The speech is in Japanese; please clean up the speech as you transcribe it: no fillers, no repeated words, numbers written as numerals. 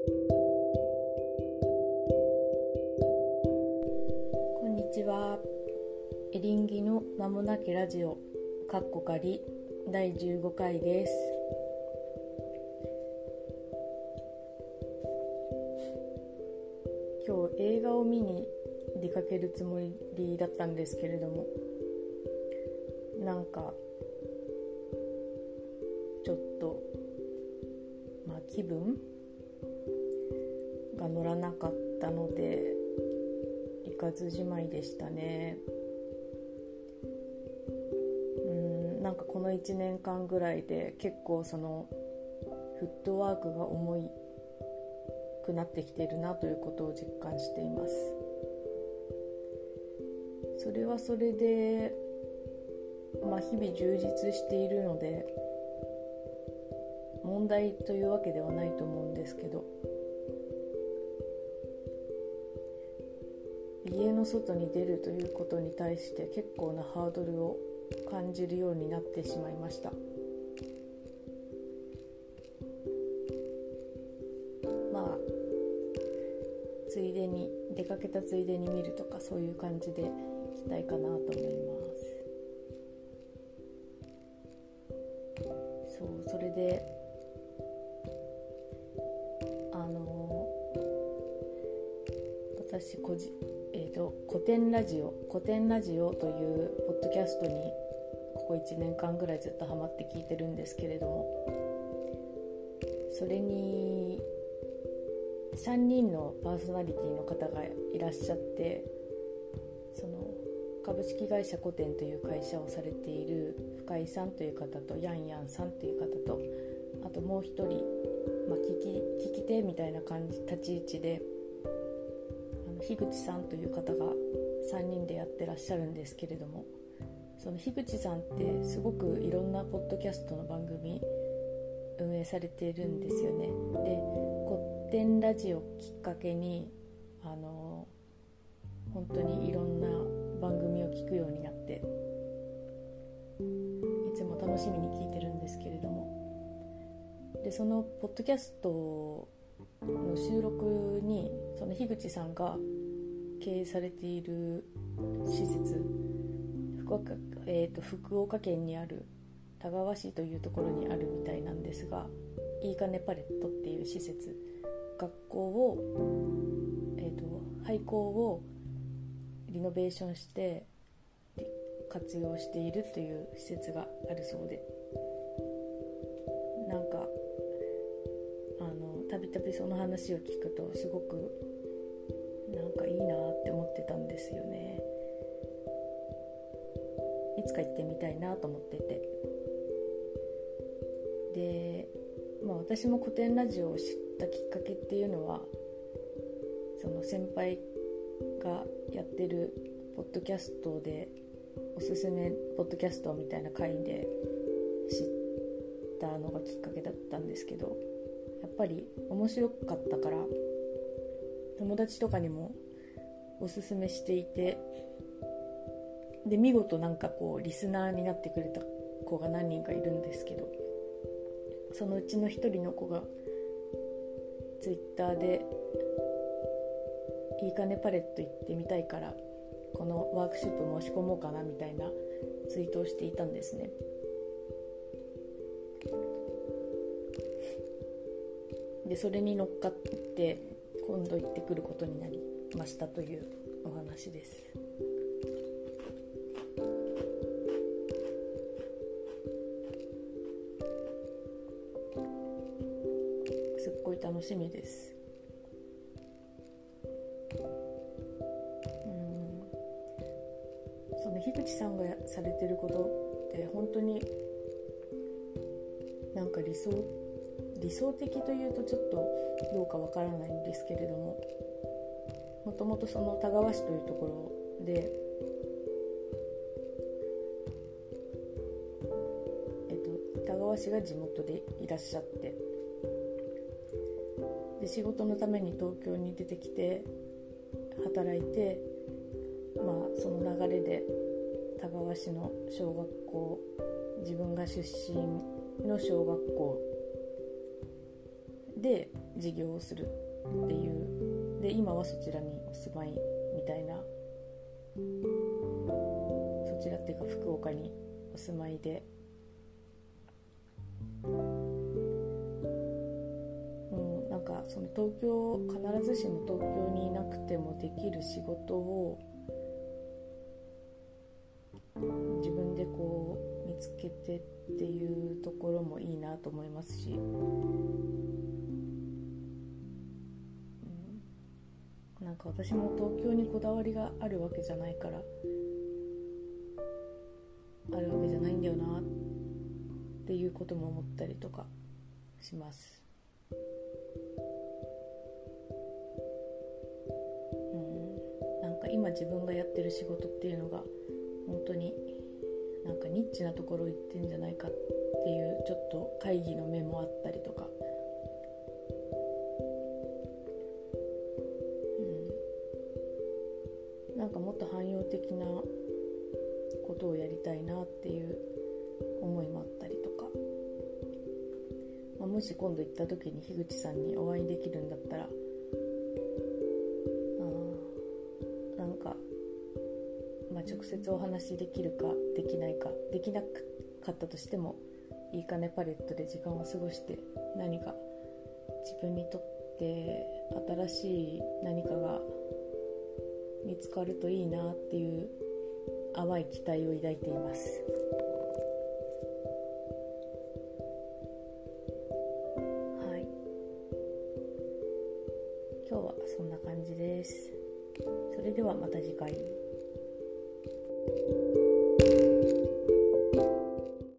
こんにちは。エリンギの名もなきラジオかっこかり第15回です。今日映画を見に出かけるつもりだったんですけれども、なんかちょっと気分が乗らなかったので行かずじまいでしたね。なんかこの1年間ぐらいで結構そのフットワークが重くなってきているなということを実感しています。それはそれで、日々充実しているので問題というわけではないと思うんですけど、家の外に出るということに対して結構なハードルを感じるようになってしまいました。ついでに出かけたついでに見るとか、そういう感じで行きたいかなと思います。それで私古典ラジオというポッドキャストにここ1年間ぐらいずっとハマって聞いてるんですけれども、それに3人のパーソナリティの方がいらっしゃって、その株式会社古典という会社をされている深井さんという方とヤンヤンさんという方と、あともう一人、聞き手みたいな立ち位置で樋口さんという方が3人でやってらっしゃるんですけれども、その樋口さんってすごくいろんなポッドキャストの番組運営されているんですよね。で、古典ラジオをきっかけに本当にいろんな番組を聞くようになって、いつも楽しみに聞いてるんですけれども、でそのポッドキャストの収録にその樋口さんが経営されている施設、福岡県にある田川市というところにあるみたいなんですが、いいかねパレットっていう施設、学校を、廃校をリノベーションして活用しているという施設があるそうで、なんかたびたびその話を聞くとすごくなんかいいなって思ってたんですよね。いつか行ってみたいなと思っていて、で、私も古典ラジオを知ったきっかけっていうのは、その先輩がやってるポッドキャストでおすすめポッドキャストみたいな回で知ったのがきっかけだったんですけど、やっぱり面白かったから友達とかにもおすすめしていて、で見事リスナーになってくれた子が何人かいるんですけど、そのうちの一人の子がツイッターでいいかねパレット行ってみたいからこのワークショップ申し込もうかなみたいなツイートをしていたんですね。でそれに乗っかって今度行ってくることになりましたというお話です。すっごい楽しみです。その樋口さんがされてることって本当になんか理想的というとちょっとどうかわからないんですけれども、もともとその田川市というところで、田川市が地元でいらっしゃって、で仕事のために東京に出てきて働いて、その流れで田川市の小学校、自分が出身の小学校で事業をするっていうで、今はそちらにお住まいみたいな、そちらっていうか福岡にお住まいで、なんかその東京、必ずしも東京にいなくてもできる仕事を自分でこう見つけてっていうところもいいなと思いますし、なんか私も東京にこだわりがあるわけじゃないからあるわけじゃないんだよなっていうことも思ったりとかします。なんか今自分がやってる仕事っていうのが本当になんかニッチなところ行ってんじゃないかっていうちょっと会議の目もあったりとか、なんかもっと汎用的なことをやりたいなっていう思いもあったりとか、もし今度行った時に樋口さんにお会いできるんだったら、なんか、直接お話できるかできないか、できなかったとしてもいいかねパレットで時間を過ごして、何か自分にとって新しい何かが見つかるといいなっていう淡い期待を抱いています。はい、今日はそんな感じです。それではまた次回。